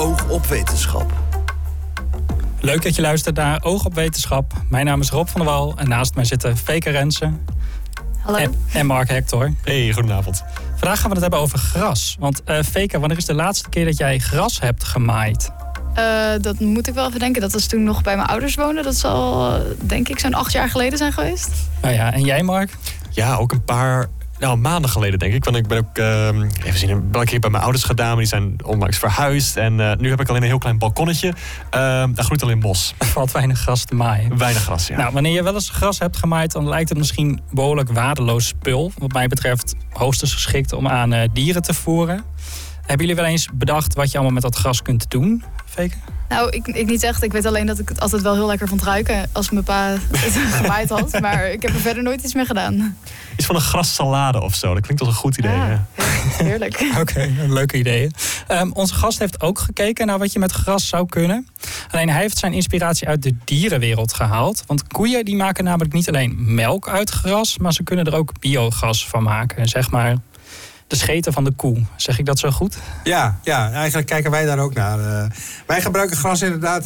Oog op Wetenschap. Leuk dat je luistert naar Oog op Wetenschap. Mijn naam is Rob van der Wal en naast mij zitten Feke Rensen. Hallo. En Mark Hector. Hey, goedenavond. Vandaag gaan we het hebben over gras. Want Feke, wanneer is de laatste keer dat jij gras hebt gemaaid? Dat moet ik wel even denken. Dat was toen nog bij mijn ouders wonen. Dat zal, denk ik, zo'n 8 jaar geleden zijn geweest. Nou ja, en jij, Mark? Ja, ook een paar maanden geleden, denk ik. Want ik ben ook even zien, een keer bij mijn ouders gedaan. Maar die zijn onlangs verhuisd. En nu heb ik alleen een heel klein balkonnetje. Daar groeit alleen bos. Er valt weinig gras te maaien. Weinig gras, ja. Nou, wanneer je wel eens gras hebt gemaaid, dan lijkt het misschien behoorlijk waardeloos spul. Wat mij betreft hoogstens geschikt om aan dieren te voeren. Hebben jullie wel eens bedacht wat je allemaal met dat gras kunt doen, Feke? Nou, ik niet echt. Ik weet alleen dat ik het altijd wel heel lekker vond ruiken als mijn pa het gemaaid had. Maar ik heb er verder nooit iets mee gedaan. Iets van een grassalade of zo. Dat klinkt als een goed idee. Ah, Ja. heerlijk. Oké, leuke ideeën. Onze gast heeft ook gekeken naar wat je met gras zou kunnen. Alleen hij heeft zijn inspiratie uit de dierenwereld gehaald. Want koeien die maken namelijk niet alleen melk uit gras, maar ze kunnen er ook biogas van maken. Zeg maar de scheten van de koe. Zeg ik dat zo goed? Ja, eigenlijk kijken wij daar ook naar. Wij gebruiken gras inderdaad.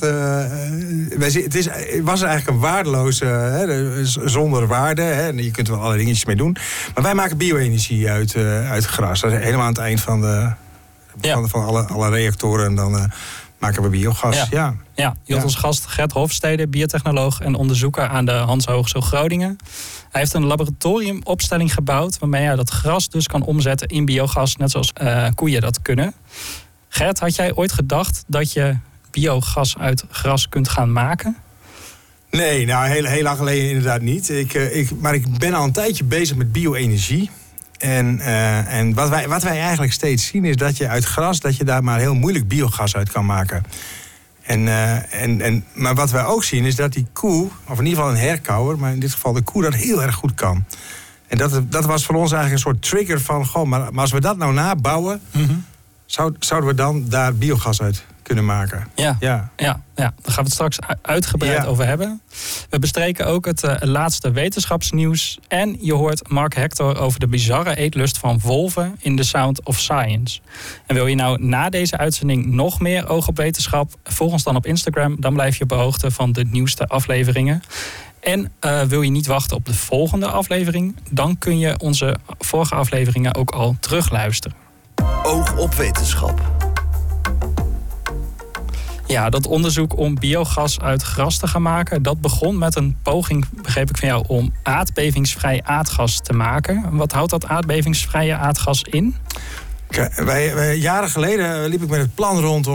Het was eigenlijk een waardeloze, zonder waarde. Je kunt er wel alle dingetjes mee doen. Maar wij maken bio-energie uit gras. Dat is helemaal aan het eind van alle reactoren. En dan maken we biogas. Ja, je had als gast Gert Hofstede, biotechnoloog en onderzoeker aan de Hans Hogeschool Groningen. Hij heeft een laboratoriumopstelling gebouwd waarmee hij dat gras dus kan omzetten in biogas, net zoals koeien dat kunnen. Gert, had jij ooit gedacht dat je biogas uit gras kunt gaan maken? Nee, nou heel lang geleden inderdaad niet. Maar ik ben al een tijdje bezig met bio-energie. En wat wij eigenlijk steeds zien is dat je uit gras, dat je daar maar heel moeilijk biogas uit kan maken. Maar wat wij ook zien is dat die koe, of in ieder geval een herkauwer, maar in dit geval de koe, dat heel erg goed kan. En dat was voor ons eigenlijk een soort trigger van, maar als we dat nou nabouwen, zouden we dan daar biogas uit kunnen maken. Ja, daar gaan we het straks uitgebreid over hebben. We bestreken ook het laatste wetenschapsnieuws. En je hoort Mark Hector over de bizarre eetlust van wolven in The Sound of Science. En wil je nou na deze uitzending nog meer oog op wetenschap? Volg ons dan op Instagram. Dan blijf je op de hoogte van de nieuwste afleveringen. En wil je niet wachten op de volgende aflevering? Dan kun je onze vorige afleveringen ook al terugluisteren. Oog op Wetenschap. Ja, dat onderzoek om biogas uit gras te gaan maken, dat begon met een poging, begreep ik van jou, om aardbevingsvrij aardgas te maken. Wat houdt dat aardbevingsvrije aardgas in? Wij jaren geleden liep ik met het plan rond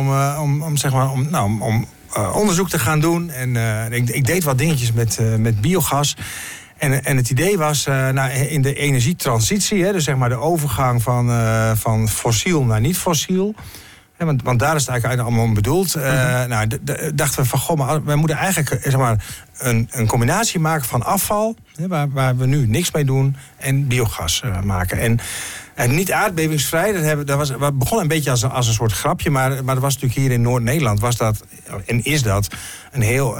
om onderzoek te gaan doen. En ik deed wat dingetjes met biogas. En het idee was in de energietransitie, dus zeg maar de overgang van fossiel naar niet fossiel. Want daar is het eigenlijk allemaal om bedoeld. Dachten we van, maar we moeten eigenlijk een combinatie maken van afval, waar we nu niks mee doen, en biogas maken. En niet aardbevingsvrij, dat begon een beetje als een soort grapje, maar dat was natuurlijk hier in Noord-Nederland, was dat, en is dat, een heel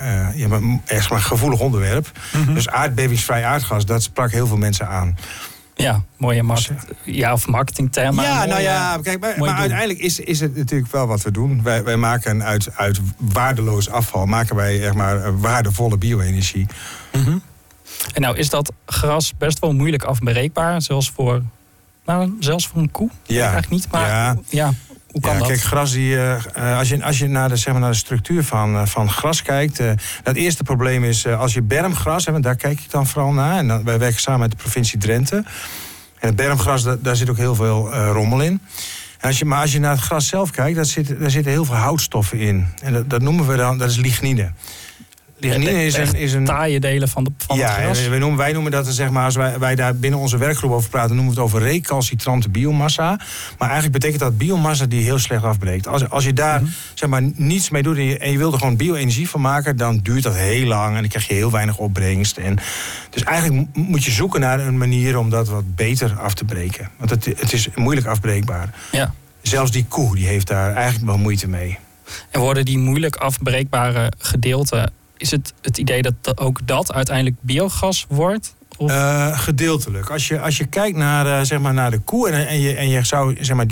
gevoelig onderwerp. Dus aardbevingsvrij aardgas, dat sprak heel veel mensen aan. Ja, mooie marketingtermen. Ja, kijk, maar uiteindelijk is het natuurlijk wel wat we doen. Wij maken uit waardeloos afval maken wij waardevolle bio-energie. En nou is dat gras best wel moeilijk afbreekbaar, zelfs voor een koe. Ja, eigenlijk niet, maar hoe kan dat? Kijk, gras als je naar de structuur van gras kijkt, dat eerste probleem is als je bermgras, daar kijk ik dan vooral naar. En wij werken samen met de provincie Drenthe. En het bermgras, daar zit ook heel veel rommel in. En als je naar het gras zelf kijkt, daar zitten heel veel houtstoffen in. En dat noemen we dan, dat is lignine. Lignine is een taaie delen van het gras. Ja, wij noemen dat, als wij daar binnen onze werkgroep over praten, noemen we het over recalcitrante biomassa. Maar eigenlijk betekent dat biomassa die heel slecht afbreekt. Als je daar niets mee doet en je wil er gewoon bio-energie van maken, dan duurt dat heel lang en dan krijg je heel weinig opbrengst. Dus eigenlijk moet je zoeken naar een manier om dat wat beter af te breken. Want het is moeilijk afbreekbaar. Ja. Zelfs die koe die heeft daar eigenlijk wel moeite mee. En worden die moeilijk afbreekbare gedeelten, is het idee dat ook dat uiteindelijk biogas wordt? Of? Gedeeltelijk. Als je kijkt naar, zeg maar naar de koe en je zou zeg maar,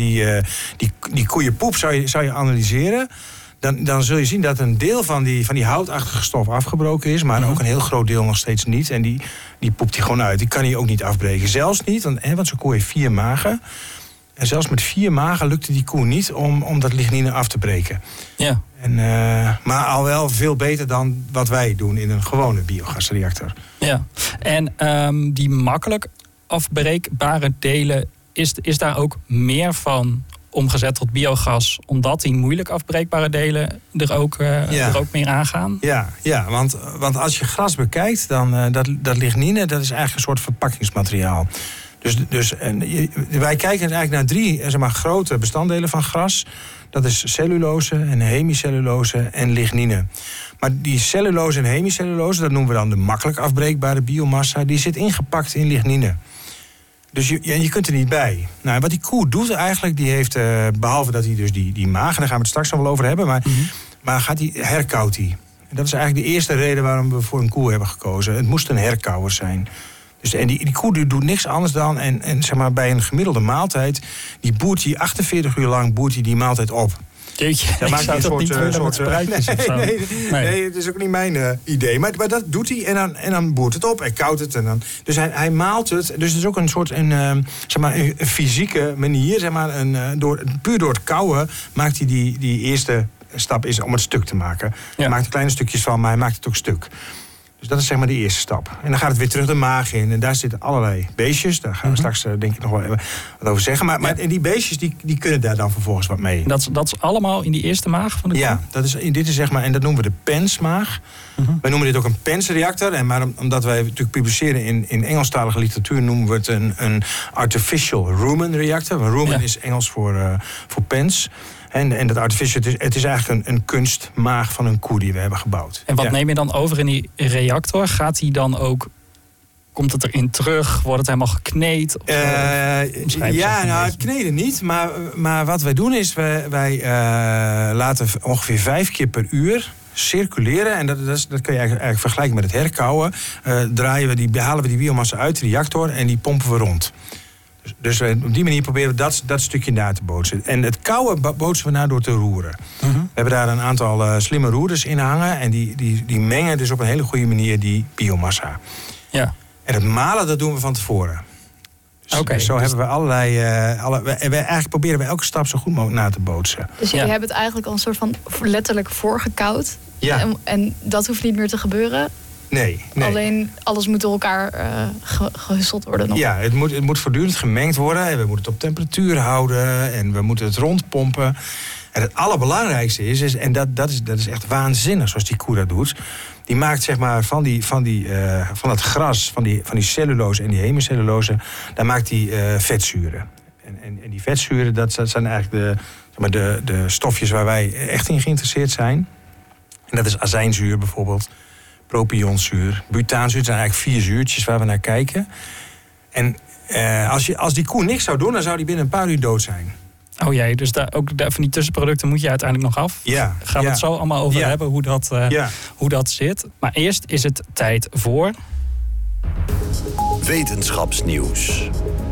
die koeienpoep zou je analyseren, dan zul je zien dat een deel van die houtachtige stof afgebroken is, maar ook een heel groot deel nog steeds niet. En die poept die gewoon uit. Die kan hij ook niet afbreken. Zelfs niet, want zo'n koe heeft 4 magen. En zelfs met 4 magen lukte die koe niet om dat lignine af te breken. Ja. Maar al wel veel beter dan wat wij doen in een gewone biogasreactor. Ja. En die makkelijk afbreekbare delen, is daar ook meer van omgezet tot biogas, omdat die moeilijk afbreekbare delen er ook meer aangaan? Ja, want als je gras bekijkt, dan dat lignine, dat is eigenlijk een soort verpakkingsmateriaal. Dus wij kijken eigenlijk naar 3 grote bestanddelen van gras. Dat is cellulose en hemicellulose en lignine. Maar die cellulose en hemicellulose, dat noemen we dan de makkelijk afbreekbare biomassa, die zit ingepakt in lignine. Dus je kunt er niet bij. Nou, wat die koe doet eigenlijk, die heeft, behalve dat hij dus die maag, daar gaan we het straks nog wel over hebben, maar herkauwt hij. Dat is eigenlijk de eerste reden waarom we voor een koe hebben gekozen. Het moest een herkauwer zijn. Dus, en die koe die doet niks anders dan, en zeg maar bij een gemiddelde maaltijd, die boert hij 48 uur lang die maaltijd op. Jeetje, dan maakt hij een soort nee, het is ook niet mijn idee. Maar dat doet hij en dan boert het op en koudt het. Dus hij maalt het. Dus het is ook een soort een fysieke manier. Zeg maar, puur door het kauwen maakt hij die eerste stap is om het stuk te maken. Ja. Hij maakt er kleine stukjes van, maar hij maakt het ook stuk. Dus dat is zeg maar de eerste stap. En dan gaat het weer terug de maag in. En daar zitten allerlei beestjes. Daar gaan we straks denk ik nog wel even wat over zeggen. Maar en die beestjes die kunnen daar dan vervolgens wat mee. Dat is allemaal in die eerste maag van de koe? Ja, dit is zeg maar, en dat noemen we de PENS-maag. Wij noemen dit ook een PENS-reactor. Maar omdat wij natuurlijk publiceren in Engelstalige literatuur, noemen we het een artificial rumen reactor. Rumen is Engels voor PENS. En dat artificial, het is eigenlijk een kunstmaag van een koe die we hebben gebouwd. En wat neem je dan over in die reactor? Gaat die dan ook, komt het erin terug? Wordt het helemaal gekneed? Kneden niet. Maar wat wij doen is, wij laten ongeveer 5 keer per uur circuleren. En dat kun je eigenlijk vergelijken met het herkauwen. Halen we die biomassa uit de reactor en die pompen we rond. Dus op die manier proberen we dat stukje na te bootsen. En het kouwen bootsen we na door te roeren. We hebben daar een aantal slimme roerders in hangen. En die mengen dus op een hele goede manier die biomassa. Ja. En het malen, dat doen we van tevoren. Dus zo hebben we allerlei. Eigenlijk proberen we elke stap zo goed mogelijk na te bootsen. Dus jullie hebben het eigenlijk al een soort van letterlijk voorgekoud. Ja. En dat hoeft niet meer te gebeuren. Nee. Alleen alles moet door elkaar gehusteld worden nog. Ja, het moet voortdurend gemengd worden. En we moeten het op temperatuur houden. En we moeten het rondpompen. En het allerbelangrijkste is en dat is echt waanzinnig zoals die koe dat doet. Die maakt zeg maar van het gras, van die cellulose en die hemicellulose, daar maakt die vetzuren. En die vetzuren, dat zijn eigenlijk de stofjes waar wij echt in geïnteresseerd zijn. En dat is azijnzuur bijvoorbeeld. Propionzuur, butaanzuur. Het zijn eigenlijk 4 zuurtjes waar we naar kijken. En als die koe niks zou doen, dan zou die binnen een paar uur dood zijn. Oh jee, dus ook van die tussenproducten moet je uiteindelijk nog af. Ja. Gaan we het zo allemaal over hebben, hoe dat zit. Maar eerst is het tijd voor wetenschapsnieuws.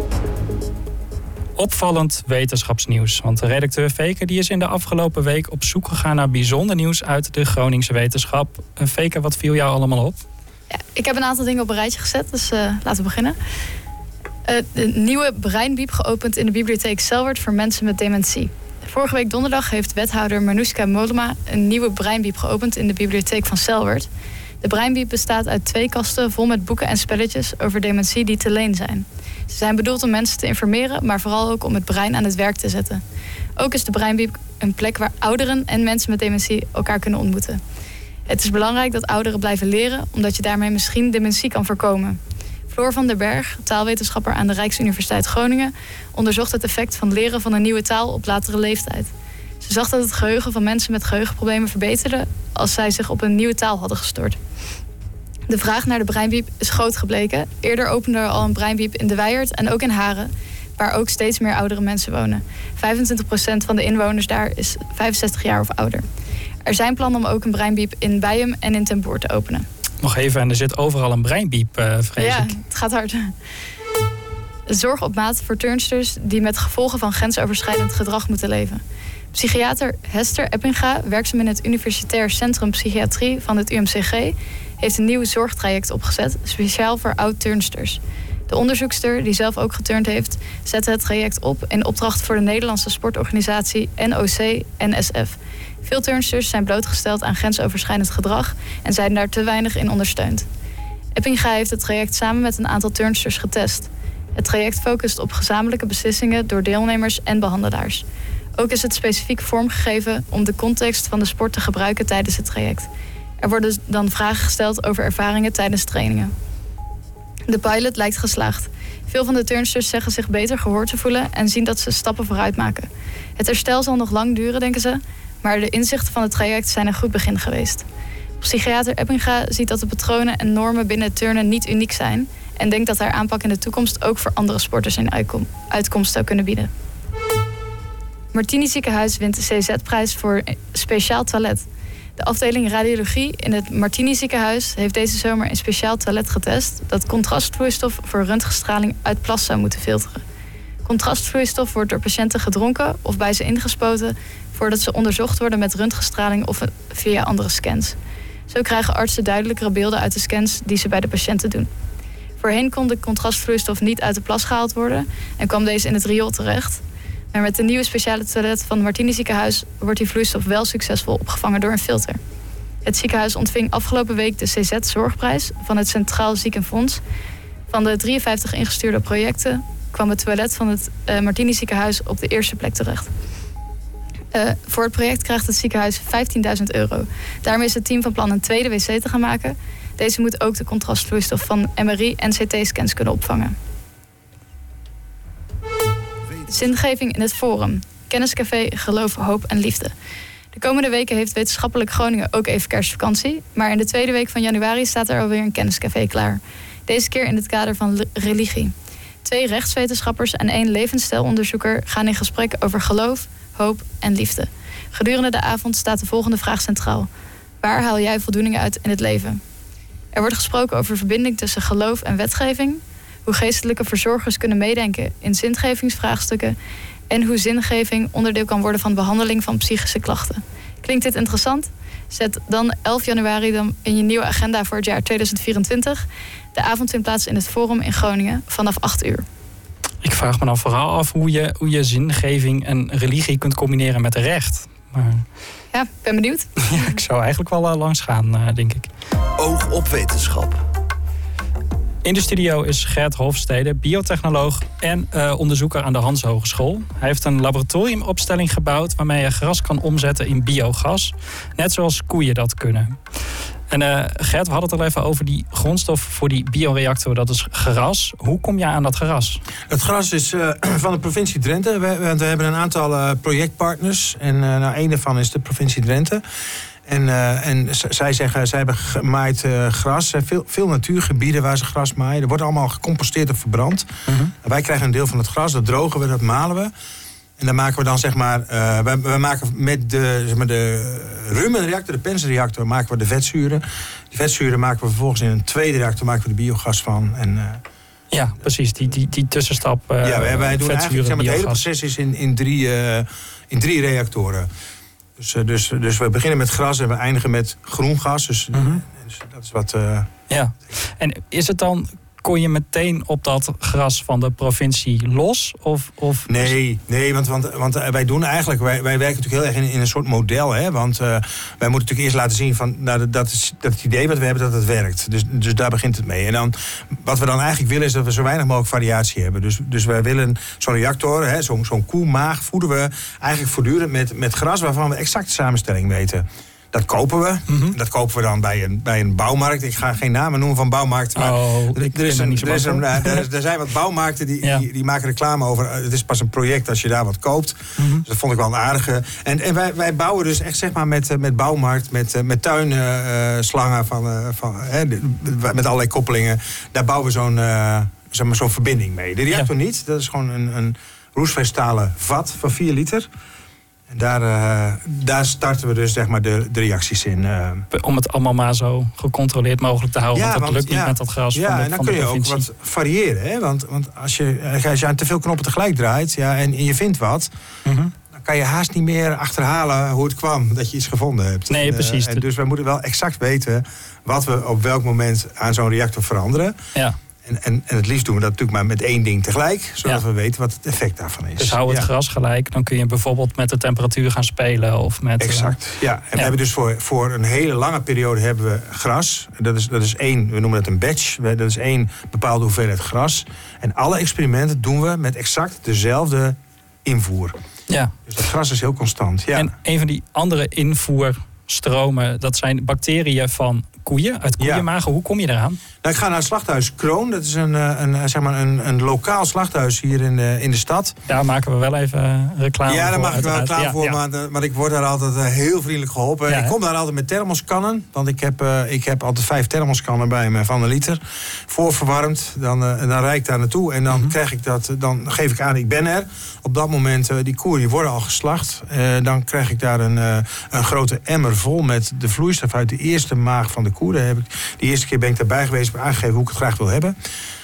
Opvallend wetenschapsnieuws. Want de redacteur Feke die is in de afgelopen week op zoek gegaan naar bijzonder nieuws uit de Groningse wetenschap. Feke, wat viel jou allemaal op? Ja, ik heb een aantal dingen op een rijtje gezet, dus laten we beginnen. De nieuwe breinbiep geopend in de bibliotheek Selwert voor mensen met dementie. Vorige week donderdag heeft wethouder Manoushka Mollema een nieuwe breinbiep geopend in de bibliotheek van Selwert. De breinbiep bestaat uit 2 kasten vol met boeken en spelletjes over dementie die te leen zijn. Ze zijn bedoeld om mensen te informeren, maar vooral ook om het brein aan het werk te zetten. Ook is de breinbiep een plek waar ouderen en mensen met dementie elkaar kunnen ontmoeten. Het is belangrijk dat ouderen blijven leren, omdat je daarmee misschien dementie kan voorkomen. Floor van der Berg, taalwetenschapper aan de Rijksuniversiteit Groningen, onderzocht het effect van leren van een nieuwe taal op latere leeftijd. Ze zag dat het geheugen van mensen met geheugenproblemen verbeterde als zij zich op een nieuwe taal hadden gestort. De vraag naar de breinbiep is groot gebleken. Eerder opende er al een breinbiep in De Wijert en ook in Haren, waar ook steeds meer oudere mensen wonen. 25% van de inwoners daar is 65 jaar of ouder. Er zijn plannen om ook een breinbiep in Bijum en in Ten Boer te openen. Nog even, en er zit overal een breinbiep, vrees ik. Ja, het gaat hard. Zorg op maat voor turnsters die met gevolgen van grensoverschrijdend gedrag moeten leven. Psychiater Hester Eppinga, werkzaam in het Universitair Centrum Psychiatrie van het UMCG, heeft een nieuw zorgtraject opgezet, speciaal voor oud-turnsters. De onderzoekster, die zelf ook geturnd heeft, zette het traject op in opdracht voor de Nederlandse sportorganisatie NOC-NSF. Veel turnsters zijn blootgesteld aan grensoverschrijdend gedrag en zijn daar te weinig in ondersteund. Eppinga heeft het traject samen met een aantal turnsters getest. Het traject focust op gezamenlijke beslissingen door deelnemers en behandelaars. Ook is het specifiek vormgegeven om de context van de sport te gebruiken tijdens het traject. Er worden dan vragen gesteld over ervaringen tijdens trainingen. De pilot lijkt geslaagd. Veel van de turnsters zeggen zich beter gehoord te voelen en zien dat ze stappen vooruit maken. Het herstel zal nog lang duren, denken ze, maar de inzichten van het traject zijn een goed begin geweest. Psychiater Eppinga ziet dat de patronen en normen binnen het turnen niet uniek zijn en denkt dat haar aanpak in de toekomst ook voor andere sporters een uitkomst zou kunnen bieden. Martini Ziekenhuis wint de CZ-prijs voor speciaal toilet. De afdeling radiologie in het Martini Ziekenhuis heeft deze zomer een speciaal toilet getest dat contrastvloeistof voor röntgenstraling uit plas zou moeten filteren. Contrastvloeistof wordt door patiënten gedronken of bij ze ingespoten voordat ze onderzocht worden met röntgenstraling of via andere scans. Zo krijgen artsen duidelijkere beelden uit de scans die ze bij de patiënten doen. Voorheen kon de contrastvloeistof niet uit de plas gehaald worden en kwam deze in het riool terecht. Maar met de nieuwe speciale toilet van het Martini Ziekenhuis wordt die vloeistof wel succesvol opgevangen door een filter. Het ziekenhuis ontving afgelopen week de CZ-zorgprijs van het Centraal Ziekenfonds. Van de 53 ingestuurde projecten kwam het toilet van het Martini Ziekenhuis op de eerste plek terecht. Voor het project krijgt het ziekenhuis €15.000. Daarmee is het team van plan een tweede wc te gaan maken. Deze moet ook de contrastvloeistof van MRI en CT-scans kunnen opvangen. Zingeving in het Forum. Kenniscafé, geloof, hoop en liefde. De komende weken heeft Wetenschappelijk Groningen ook even kerstvakantie. Maar in de tweede week van januari staat er alweer een kenniscafé klaar. Deze keer in het kader van religie. 2 rechtswetenschappers en 1 levensstijlonderzoeker gaan in gesprek over geloof, hoop en liefde. Gedurende de avond staat de volgende vraag centraal. Waar haal jij voldoening uit in het leven? Er wordt gesproken over verbinding tussen geloof en wetgeving, hoe geestelijke verzorgers kunnen meedenken in zingevingsvraagstukken en hoe zingeving onderdeel kan worden van behandeling van psychische klachten. Klinkt dit interessant? Zet dan 11 januari dan in je nieuwe agenda voor het jaar 2024. De avond vindt plaats in het Forum in Groningen vanaf 8 uur. Ik vraag me dan vooral af hoe je zingeving en religie kunt combineren met recht. Maar ja, ben benieuwd. Ja, ik zou eigenlijk wel langs gaan, denk ik. Oog op wetenschap. In de studio is Gert Hofstede, biotechnoloog en onderzoeker aan de Hans Hogeschool. Hij heeft een laboratoriumopstelling gebouwd waarmee je gras kan omzetten in biogas. Net zoals koeien dat kunnen. En Gert, we hadden het al even over die grondstof voor die bioreactor, dat is gras. Hoe kom je aan dat gras? Het gras is van de provincie Drenthe. We hebben een aantal projectpartners en een daarvan is de provincie Drenthe. En zij zeggen, zij hebben gemaaid gras. Veel natuurgebieden waar ze gras maaien. Er wordt allemaal gecomposteerd of verbrand. Wij krijgen een deel van het gras, dat drogen we, dat malen we. En dan maken we dan we maken met de rumenreactor, de pensenreactor, maken we de vetzuren. Die vetzuren maken we vervolgens in een tweede reactor, maken we de biogas van. Ja, precies, die tussenstap. Wij doen eigenlijk, het hele proces is in drie reactoren. Dus we beginnen met gras en we eindigen met groen gas. Dus dat is wat... Ja, en is het dan... Kon je meteen op dat gras van de provincie los? Of... Nee, want wij doen eigenlijk... Wij werken natuurlijk heel erg in een soort model. Hè? Want wij moeten natuurlijk eerst laten zien van... dat het idee wat we hebben, dat het werkt. Dus daar begint het mee. En dan, wat we dan eigenlijk willen, is dat we zo weinig mogelijk variatie hebben. Dus wij willen zo'n reactor, hè, zo'n koemaag, voeden we eigenlijk voortdurend met gras... waarvan we exact de samenstelling weten. Dat kopen we. Dat kopen we dan bij een bouwmarkt. Ik ga geen namen noemen van bouwmarkten. Er zijn wat bouwmarkten die maken reclame over. Het is pas een project als je daar wat koopt. Dus dat vond ik wel een aardige. En wij bouwen dus echt zeg maar met bouwmarkt, met tuinslangen met allerlei koppelingen. Daar bouwen we zo'n verbinding mee. De reactor niet. Dat is gewoon een roestvrijstalen vat van 4 liter. Daar starten we dus zeg maar de reacties in. Om het allemaal maar zo gecontroleerd mogelijk te houden. Want dat lukt niet met dat gras van de en dan kun je ook wat variëren. Hè? Want als je aan te veel knoppen tegelijk draait en je vindt wat... dan kan je haast niet meer achterhalen hoe het kwam dat je iets gevonden hebt. Nee, precies. Dus we moeten wel exact weten wat we op welk moment aan zo'n reactor veranderen. Ja. En het liefst doen we dat natuurlijk maar met één ding tegelijk. Zodat we weten wat het effect daarvan is. Dus hou het gras gelijk. Dan kun je bijvoorbeeld met de temperatuur gaan spelen. Of met, exact, ja. En we hebben dus voor een hele lange periode hebben we gras. Dat is één, we noemen dat een batch. Dat is één bepaalde hoeveelheid gras. En alle experimenten doen we met exact dezelfde invoer. Ja. Dus dat gras is heel constant. Ja. En een van die andere invoerstromen, dat zijn bacteriën van koeien, uit koeienmagen. Hoe kom je eraan? Nou, ik ga naar het slachthuis Kroon. Dat is een lokaal slachthuis hier in de stad. Daar maken we wel even reclame voor. Ja, daar mag ik wel reclame voor. Maar ik word daar altijd heel vriendelijk geholpen. Ja, ik kom daar altijd met thermoskannen. Want ik heb altijd 5 thermoskannen bij me van 1 liter. Voorverwarmd. Dan rijd ik daar naartoe. En dan krijg ik dat. Dan geef ik aan, ik ben er. Op dat moment, die koeien die worden al geslacht. Dan krijg ik daar een grote emmer vol met de vloeistof uit de eerste maag van de koe. De eerste keer ben ik daarbij geweest, heb aangegeven hoe ik het graag wil hebben.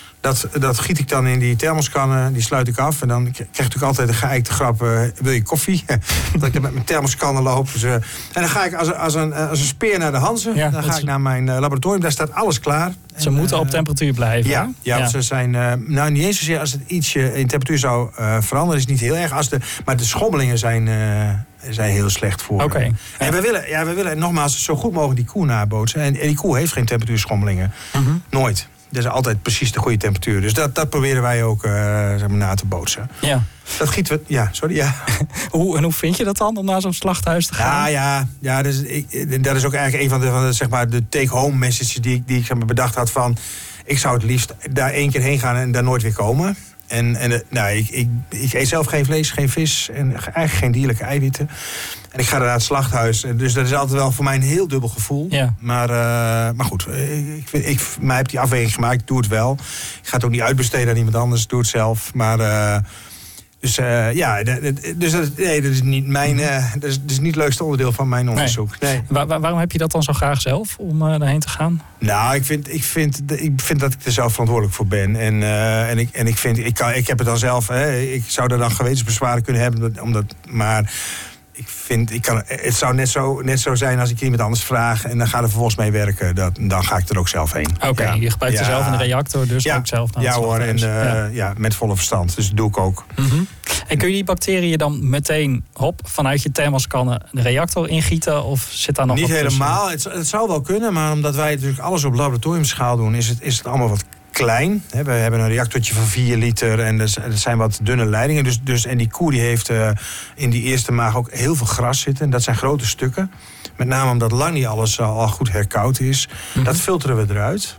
Dat giet ik dan in die thermoskannen, die sluit ik af. En dan krijg ik natuurlijk altijd de geëikte grap, wil je koffie? Dat ik met mijn thermoskannen loop. Dus, en dan ga ik als een speer naar de Hanze. Ja, dan ga ik naar mijn laboratorium, daar staat alles klaar. Ze moeten op temperatuur blijven. Ja. Ze zijn, niet eens zozeer als het ietsje in temperatuur zou veranderen, is het niet heel erg. Maar de schommelingen zijn heel slecht voor. Okay. En we willen nogmaals zo goed mogelijk die koe nabootsen. En die koe heeft geen temperatuurschommelingen. Nooit. Dat is altijd precies de goede temperatuur. Dus dat proberen wij ook na te bootsen. Ja. Dat gieten we... Ja, sorry, ja. Hoe vind je dat dan, om naar zo'n slachthuis te gaan? Ja, dat is ook eigenlijk een van de zeg maar, de take-home messages die ik zeg maar, bedacht had van... Ik zou het liefst daar 1 keer heen gaan en daar nooit weer komen. Ik eet zelf geen vlees, geen vis en eigenlijk geen dierlijke eiwitten. En ik ga naar het slachthuis. Dus dat is altijd wel voor mij een heel dubbel gevoel. Ja. Maar goed, ik heb die afweging gemaakt. Ik doe het wel. Ik ga het ook niet uitbesteden aan iemand anders. Ik doe het zelf. Maar... dat is niet mijn. Dat is niet het leukste onderdeel van mijn onderzoek. Nee. Waarom heb je dat dan zo graag zelf om daarheen te gaan? Nou, ik vind dat ik er zelf verantwoordelijk voor ben. Ik heb het dan zelf. Ik zou er dan gewetensbezwaren kunnen hebben, maar. Het zou net zo zijn als ik iemand anders vraag en dan ga er vervolgens mee werken. Dan ga ik er ook zelf heen. Oké, je gebruikt er zelf in de reactor, dus ook zelf naar het slachthuis. En met volle verstand. Dus dat doe ik ook. Mm-hmm. En kun je die bacteriën dan meteen vanuit je thermoskannen de reactor ingieten? Of zit daar nog niet wat helemaal. Het zou wel kunnen, maar omdat wij natuurlijk alles op laboratoriumschaal doen, is het allemaal wat klein. We hebben een reactortje van 4 liter en er zijn wat dunne leidingen. En die koe die heeft in die eerste maag ook heel veel gras zitten. En dat zijn grote stukken. Met name omdat lang niet alles al goed herkoud is. Mm-hmm. Dat filteren we eruit.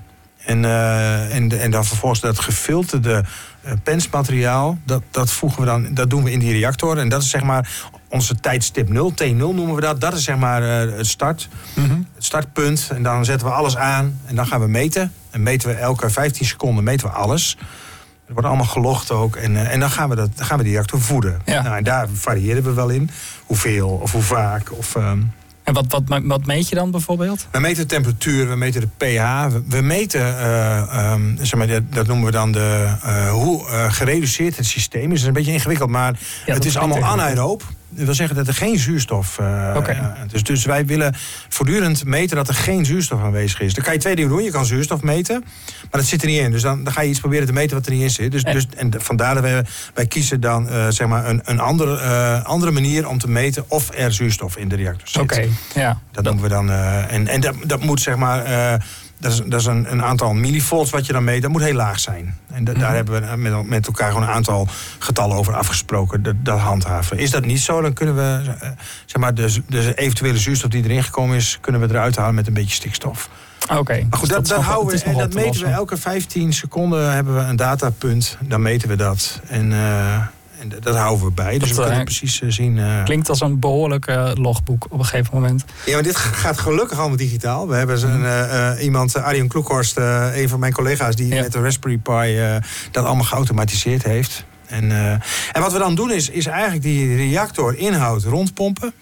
En dan vervolgens dat gefilterde pensmateriaal, dat doen we in die reactor. En dat is zeg maar onze tijdstip 0, T0 noemen we dat. Dat is zeg maar het startpunt. En dan zetten we alles aan en dan gaan we meten. En meten we elke 15 seconden meten we alles. Er wordt allemaal gelogd ook. En dan gaan we die reactor voeden. Ja. Nou, en daar variëren we wel in. Hoeveel of hoe vaak. En wat meet je dan bijvoorbeeld? We meten de temperatuur, we meten de pH. We meten, dat noemen we dan hoe gereduceerd het systeem is. Dat is een beetje ingewikkeld, maar het is allemaal anaeroop. Dat wil zeggen dat er geen zuurstof dus wij willen voortdurend meten dat er geen zuurstof aanwezig is. Dan kan je 2 dingen doen. Je kan zuurstof meten, maar dat zit er niet in. Dus dan ga je iets proberen te meten wat er niet in zit. En vandaar dat wij kiezen dan een andere manier om te meten of er zuurstof in de reactor zit. Dat doen we dan. En dat moet zeg maar... Dat is een aantal millivolts wat je dan meet. Dat moet heel laag zijn. En daar hebben we met elkaar gewoon een aantal getallen over afgesproken. Dat handhaven. Is dat niet zo, dan kunnen we de eventuele zuurstof die erin gekomen is, kunnen we eruit halen met een beetje stikstof. Oké. Maar goed, dat houden we en dat meten we elke 15 seconden hebben we een datapunt. Dan meten we dat. En dat houden we bij. Dus we kunnen precies zien. Klinkt als een behoorlijk logboek op een gegeven moment. Ja, maar dit gaat gelukkig allemaal digitaal. We hebben iemand, Arjen Kloekhorst, een van mijn collega's, die met de Raspberry Pi dat allemaal geautomatiseerd heeft. En wat we dan doen is eigenlijk die reactorinhoud rondpompen.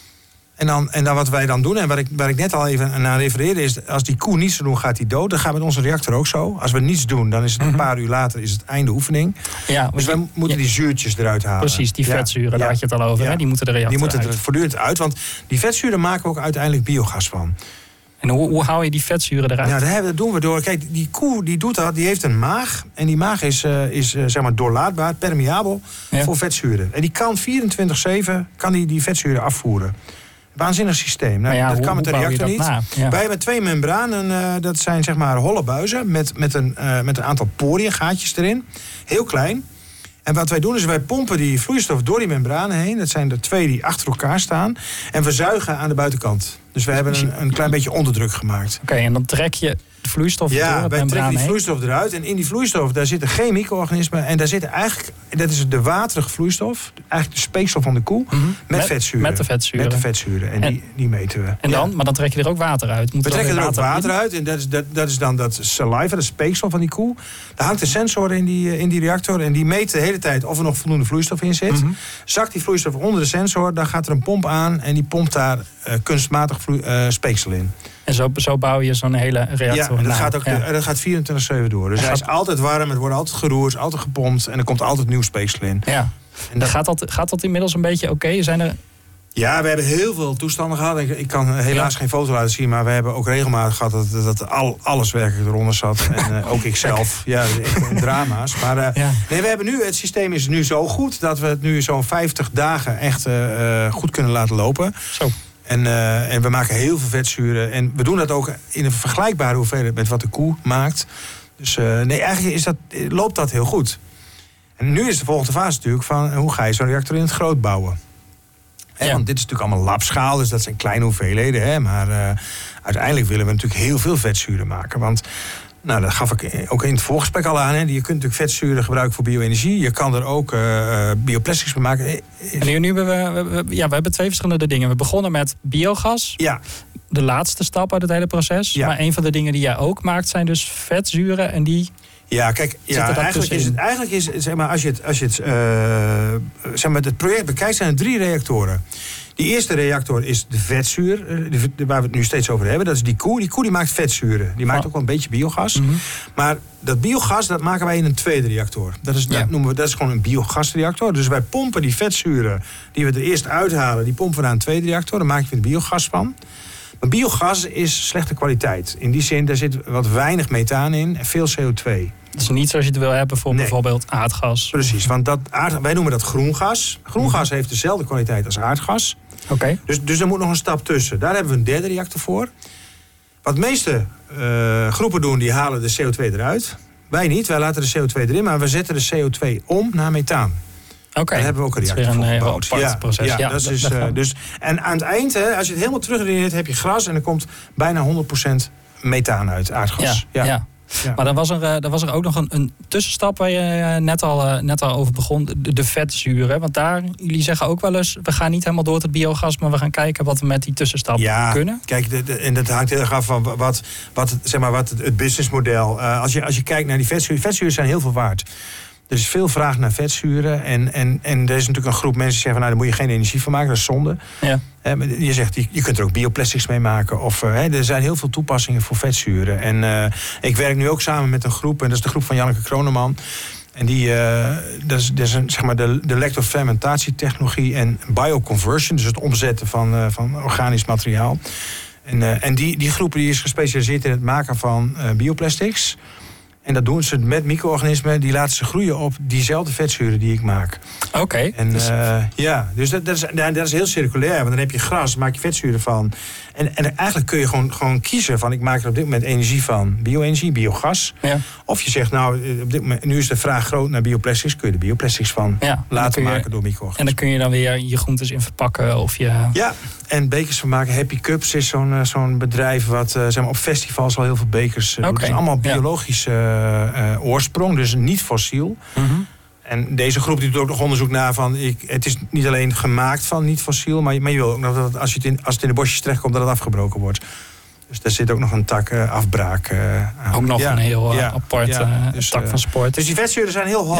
En dan wat wij dan doen, en waar ik net al even naar refereerde, is als die koe niets te doen, gaat die dood. Dat gaat met onze reactor ook zo. Als we niets doen, dan is het een paar uur later is het einde oefening. Ja, dus wij moeten die zuurtjes eruit halen. Precies, die vetzuren, daar had je het al over. Ja. Hè? Die moeten de reactor uit. Die moeten er voortdurend uit, want die vetzuren maken we ook uiteindelijk biogas van. En hoe hou je die vetzuren eruit? Ja, dat doen we door. Kijk, die koe die doet dat, die heeft een maag. En die maag is zeg maar doorlaatbaar, permeabel voor vetzuren. En die kan 24/7 die vetzuren afvoeren. Waanzinnig systeem. Nou, dat kan met de reactor niet. Ja. Wij hebben 2 membranen. Dat zijn zeg maar holle buizen met een aantal poriën, gaatjes erin. Heel klein. En wat wij doen is wij pompen die vloeistof door die membranen heen. Dat zijn er 2 die achter elkaar staan. En we zuigen aan de buitenkant. Dus we hebben een klein beetje onderdruk gemaakt. Oké, en dan trek je de vloeistof door wij trekken die vloeistof eruit. En in die vloeistof, daar zitten geen micro-organismen. En daar zitten eigenlijk, dat is de waterige vloeistof. Eigenlijk de speeksel van de koe. Met vetzuren. Met de vetzuren. Met de vetzuren. En die meten we. En dan? Maar dan trek je er ook water uit. We trekken er ook water uit. En dat is dan dat saliva, de speeksel van die koe. Daar hangt een sensor in die reactor. En die meet de hele tijd of er nog voldoende vloeistof in zit. Zakt die vloeistof onder de sensor, dan gaat er een pomp aan. En die pompt daar kunstmatig speeksel in. En zo bouw je zo'n hele reactor. Ja, en dat gaat 24/7 door. Dus hij is altijd warm, het wordt altijd geroerd, altijd gepompt. En er komt altijd nieuw speeksel in. Ja. En gaat dat inmiddels een beetje oké? Zijn er... Ja, we hebben heel veel toestanden gehad. Ik kan helaas geen foto laten zien, maar we hebben ook regelmatig gehad dat alles werkelijk eronder zat. En ook ikzelf. Ja, echt drama's. Maar nee, we hebben nu, het systeem is nu zo goed dat we het nu zo'n 50 dagen echt goed kunnen laten lopen. Zo. En we maken heel veel vetzuren. En we doen dat ook in een vergelijkbare hoeveelheid met wat de koe maakt. Dus nee, eigenlijk loopt dat heel goed. En nu is de volgende fase natuurlijk van hoe ga je zo'n reactor in het groot bouwen. Ja. Want dit is natuurlijk allemaal labschaal, dus dat zijn kleine hoeveelheden. Hè? Maar uiteindelijk willen we natuurlijk heel veel vetzuren maken. Want dat gaf ik ook in het voorgesprek al aan. Hè? Je kunt natuurlijk vetzuren gebruiken voor bio-energie. Je kan er ook bioplastics mee maken. En nu we hebben 2 verschillende dingen. We begonnen met biogas. Ja. De laatste stap uit het hele proces. Ja. Maar een van de dingen die jij ook maakt zijn dus vetzuren. En die... Ja, kijk, eigenlijk is zeg maar, als je het project bekijkt, zijn er 3 reactoren. Die eerste reactor is de vetzuur, waar we het nu steeds over hebben. Dat is die koe. Die koe die maakt vetzuren. Die maakt ook wel een beetje biogas. Maar dat biogas, dat maken wij in een tweede reactor. Dat is gewoon een biogasreactor. Dus wij pompen die vetzuren die we er eerst uithalen, die pompen we naar een tweede reactor. Daar maken we het biogas van. Maar biogas is slechte kwaliteit. In die zin, daar zit wat weinig methaan in en veel CO2. Dat is niet zoals je het wil hebben voor bijvoorbeeld aardgas. Precies, want wij noemen dat groengas. Groengas heeft dezelfde kwaliteit als aardgas. Okay. Dus er moet nog een stap tussen. Daar hebben we een derde reactor voor. Wat de meeste groepen doen, die halen de CO2 eruit. Wij niet, wij laten de CO2 erin, maar we zetten de CO2 om naar methaan. Daar hebben we ook een reactor voor gebouwd. Dat is weer een proces. Ja, dat is, dus, en aan het eind, als je het helemaal terugredeneert, heb je gras en er komt bijna 100% methaan uit, aardgas. Ja. Maar dan was er ook nog een tussenstap waar je net al over begon. De vetzuren. Want jullie zeggen ook wel eens, we gaan niet helemaal door het biogas, maar we gaan kijken wat we met die tussenstap kunnen. Kijk, en dat hangt heel erg af van wat het businessmodel. Als je kijkt naar die vetzuren zijn heel veel waard. Er is veel vraag naar vetzuren. En er is natuurlijk een groep mensen die zeggen, daar moet je geen energie van maken, dat is zonde. Ja. Je zegt, je kunt er ook bioplastics mee maken. Of, er zijn heel veel toepassingen voor vetzuren. En ik werk nu ook samen met een groep, en dat is de groep van Janneke Kroneman. En dat is zeg maar de lectofermentatietechnologie en bioconversion, dus het omzetten van organisch materiaal. En die groep die is gespecialiseerd in het maken van bioplastics. En dat doen ze met micro-organismen. Die laten ze groeien op diezelfde vetzuren die ik maak. Oké. Dus dat is heel circulair. Want dan heb je gras, maak je vetzuren van. En eigenlijk kun je gewoon kiezen van, ik maak er op dit moment energie van. Bio-energie, biogas. Ja. Of je zegt, op dit moment, nu is de vraag groot naar bioplastics. Kun je er bioplastics van laten maken door micro-organismen. En dan kun je dan weer je groentes in verpakken. Of Ja, en bekers van maken. Happy Cups is zo'n bedrijf wat zeg maar, op festivals al heel veel bekers doet. Het is allemaal biologische oorsprong, dus niet fossiel. Mm-hmm. En deze groep die doet ook nog onderzoek naar van, het is niet alleen gemaakt van niet fossiel, maar je wil ook nog dat als het in de bosjes terechtkomt, dat het afgebroken wordt. Dus daar zit ook nog een tak afbraak aan. Ook nog een heel apart tak van sport. Dus die vetzuren zijn heel hot.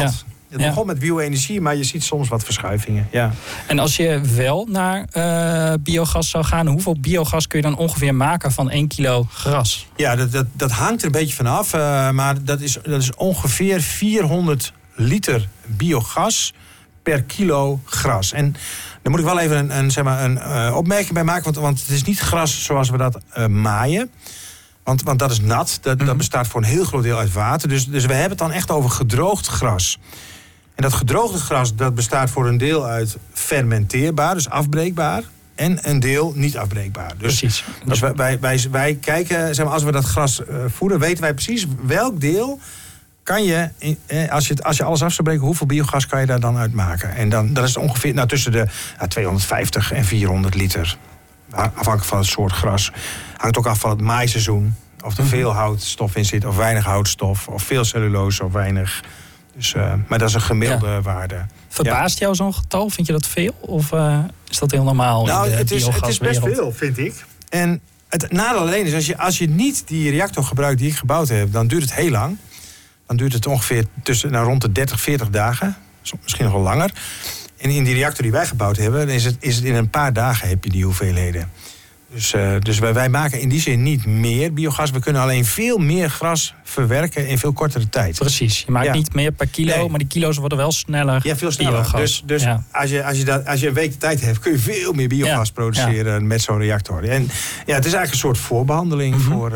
Het begon met bio-energie, maar je ziet soms wat verschuivingen. Ja. En als je wel naar biogas zou gaan, hoeveel biogas kun je dan ongeveer maken van 1 kilo gras? Ja, dat hangt er een beetje vanaf. Maar dat is ongeveer 400 liter biogas per kilo gras. En daar moet ik wel even een opmerking bij maken. Want het is niet gras zoals we dat maaien. Want dat is nat. Dat bestaat voor een heel groot deel uit water. Dus we hebben het dan echt over gedroogd gras. En dat gedroogde gras dat bestaat voor een deel uit fermenteerbaar, dus afbreekbaar. En een deel niet afbreekbaar. Precies. Dus wij kijken, als we dat gras voeden, weten wij precies welk deel kan je, als je alles af zou breken, hoeveel biogas kan je daar dan uit maken? En dan is het ongeveer tussen de 250 en 400 liter. Afhankelijk van het soort gras. Hangt ook af van het maaiseizoen. Of er veel houtstof in zit, of weinig houtstof. Of veel cellulose, of weinig. Dus, maar dat is een gemiddelde waarde. Verbaast jou zo'n getal? Vind je dat veel? Of is dat heel normaal? Nou, in de het is best biogaswereld? veel, vind ik. En het nadeel alleen is, als je niet die reactor gebruikt die ik gebouwd heb, dan duurt het heel lang. Dan duurt het ongeveer rond de 30, 40 dagen. Misschien nog wel langer. En in die reactor die wij gebouwd hebben, is het in een paar dagen heb je die hoeveelheden. Dus wij maken in die zin niet meer biogas. We kunnen alleen veel meer gras verwerken in veel kortere tijd. Precies. Je maakt niet meer per kilo, maar die kilo's worden wel sneller. Ja, veel sneller. Biogas. Dus als je een week de tijd hebt, kun je veel meer biogas produceren met zo'n reactor. En ja, het is eigenlijk een soort voorbehandeling voor.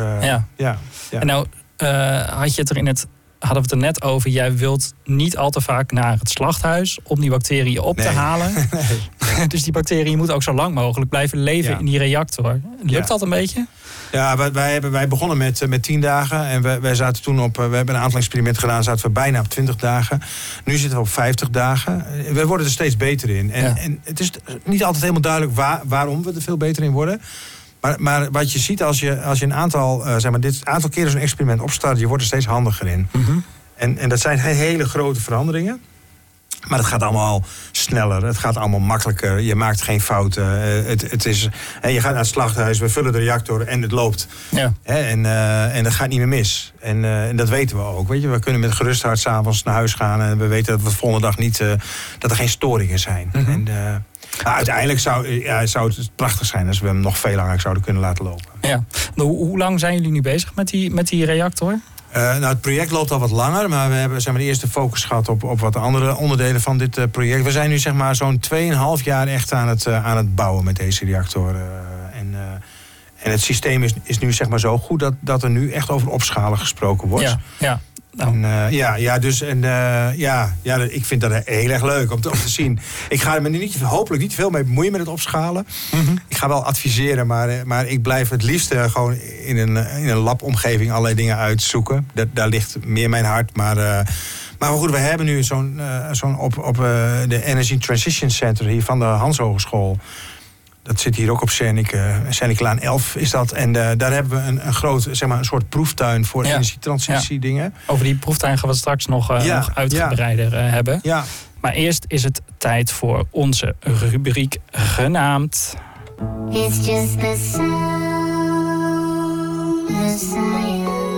En nou had je het er hadden we het er net over. Jij wilt niet al te vaak naar het slachthuis om die bacteriën op te halen. Nee. Dus die bacteriën moeten ook zo lang mogelijk blijven leven in die reactor. Lukt dat een beetje? Ja, wij begonnen met 10 dagen. En wij zaten toen we hebben een aantal experimenten gedaan. Zaten we bijna op 20 dagen. Nu zitten we op 50 dadit. We worden er steeds beter in. En het is niet altijd helemaal duidelijk waarom we er veel beter in worden. Maar wat je ziet als je een aantal keren zo'n experiment opstart, je wordt er steeds handiger in. Mm-hmm. En dat zijn hele grote veranderingen. Maar het gaat allemaal sneller. Het gaat allemaal makkelijker. Je maakt geen fouten. Je gaat naar het slachthuis, we vullen de reactor en het loopt. Ja. En dat gaat niet meer mis. En dat weten we ook. Weet je? We kunnen met gerust hart 's avonds naar huis gaan. En we weten dat we de volgende dag niet dat er geen storingen zijn. Mm-hmm. Uiteindelijk zou het prachtig zijn als we hem nog veel langer zouden kunnen laten lopen. Ja. Hoe lang zijn jullie nu bezig met die reactor? Het project loopt al wat langer, maar we hebben eerst de focus gehad op wat andere onderdelen van dit project. We zijn nu zo'n 2,5 jaar echt aan het bouwen met deze reactor. En het systeem is nu zo goed dat er nu echt over opschalen gesproken wordt. Ja. Nou. Ik vind dat heel erg leuk om te zien. Ik ga er me hopelijk niet veel mee bemoeien met het opschalen. Mm-hmm. Ik ga wel adviseren, maar ik blijf het liefst gewoon in een labomgeving allerlei dingen uitzoeken. Daar ligt meer mijn hart. Maar goed, we hebben nu zo'n op de Energy Transition Center hier van de Hans Hogeschool. Dat zit hier ook op Cerniclaan 11 is dat. En daar hebben we een groot, een soort proeftuin voor energietransitie dingen. Over die proeftuin gaan we het straks nog uitgebreider hebben. Ja. Maar eerst is het tijd voor onze rubriek genaamd... It's just the sound of science.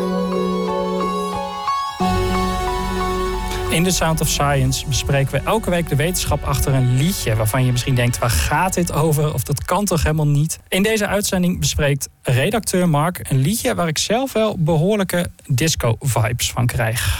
In The Sound of Science bespreken we elke week de wetenschap achter een liedje waarvan je misschien denkt, waar gaat dit over? Of dat kan toch helemaal niet? In deze uitzending bespreekt redacteur Mark een liedje waar ik zelf wel behoorlijke disco-vibes van krijg.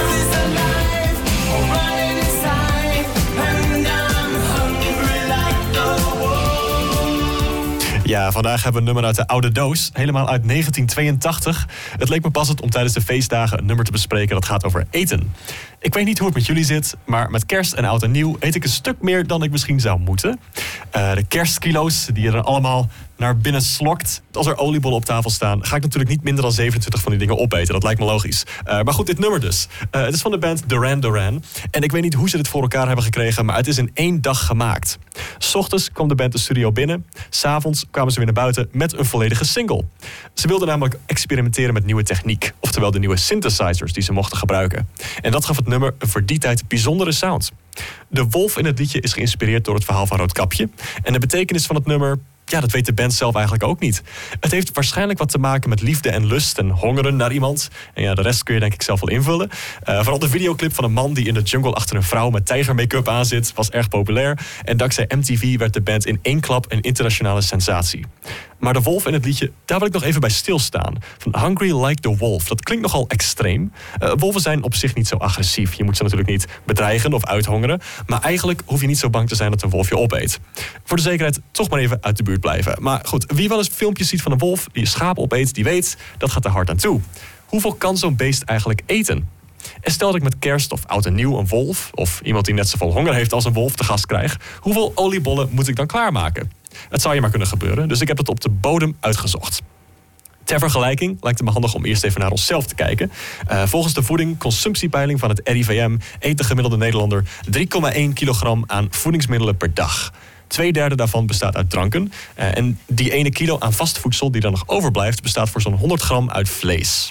Ja, vandaag hebben we een nummer uit de oude doos. Helemaal uit 1982. Het leek me passend om tijdens de feestdagen een nummer te bespreken dat gaat over eten. Ik weet niet hoe het met jullie zit, maar met kerst en oud en nieuw eet ik een stuk meer dan ik misschien zou moeten. De kerstkilo's die je er allemaal naar binnen slokt. Als er oliebollen op tafel staan, ga ik natuurlijk niet minder dan 27 van die dingen opeten. Dat lijkt me logisch. Maar goed, dit nummer dus. Het is van de band Duran Duran. En ik weet niet hoe ze dit voor elkaar hebben gekregen, maar het is in 1 dag gemaakt. 's Ochtends kwam de band de studio binnen. 's Avonds kwamen ze weer naar buiten met een volledige single. Ze wilden namelijk experimenteren met nieuwe techniek. Oftewel de nieuwe synthesizers die ze mochten gebruiken. En dat gaf het nummer een voor die tijd bijzondere sound. De wolf in het liedje is geïnspireerd door het verhaal van Roodkapje. En de betekenis van het nummer ja, dat weet de band zelf eigenlijk ook niet. Het heeft waarschijnlijk wat te maken met liefde en lust en hongeren naar iemand. En ja, de rest kun je denk ik zelf wel invullen. Vooral de videoclip van een man die in de jungle achter een vrouw met tijgermake-up aan zit, was erg populair. En dankzij MTV werd de band in één klap een internationale sensatie. Maar de wolf in het liedje, daar wil ik nog even bij stilstaan. Van Hungry Like the Wolf, dat klinkt nogal extreem. Wolven zijn op zich niet zo agressief. Je moet ze natuurlijk niet bedreigen of uithongeren. Maar eigenlijk hoef je niet zo bang te zijn dat een wolf je opeet. Voor de zekerheid toch maar even uit de buurt blijven. Maar goed, wie wel eens filmpjes ziet van een wolf die een schaap opeet, die weet, dat gaat er hard aan toe. Hoeveel kan zo'n beest eigenlijk eten? En stel dat ik met kerst of oud en nieuw een wolf, of iemand die net zoveel honger heeft als een wolf, te gast krijg, hoeveel oliebollen moet ik dan klaarmaken? Het zou je maar kunnen gebeuren, dus ik heb het op de bodem uitgezocht. Ter vergelijking lijkt het me handig om eerst even naar onszelf te kijken. Volgens de voeding-consumptiepeiling van het RIVM eet de gemiddelde Nederlander 3,1 kilogram aan voedingsmiddelen per dag. 2/3 daarvan bestaat uit dranken. En die 1 kilo aan vast voedsel die dan nog overblijft, bestaat voor zo'n 100 gram uit vlees.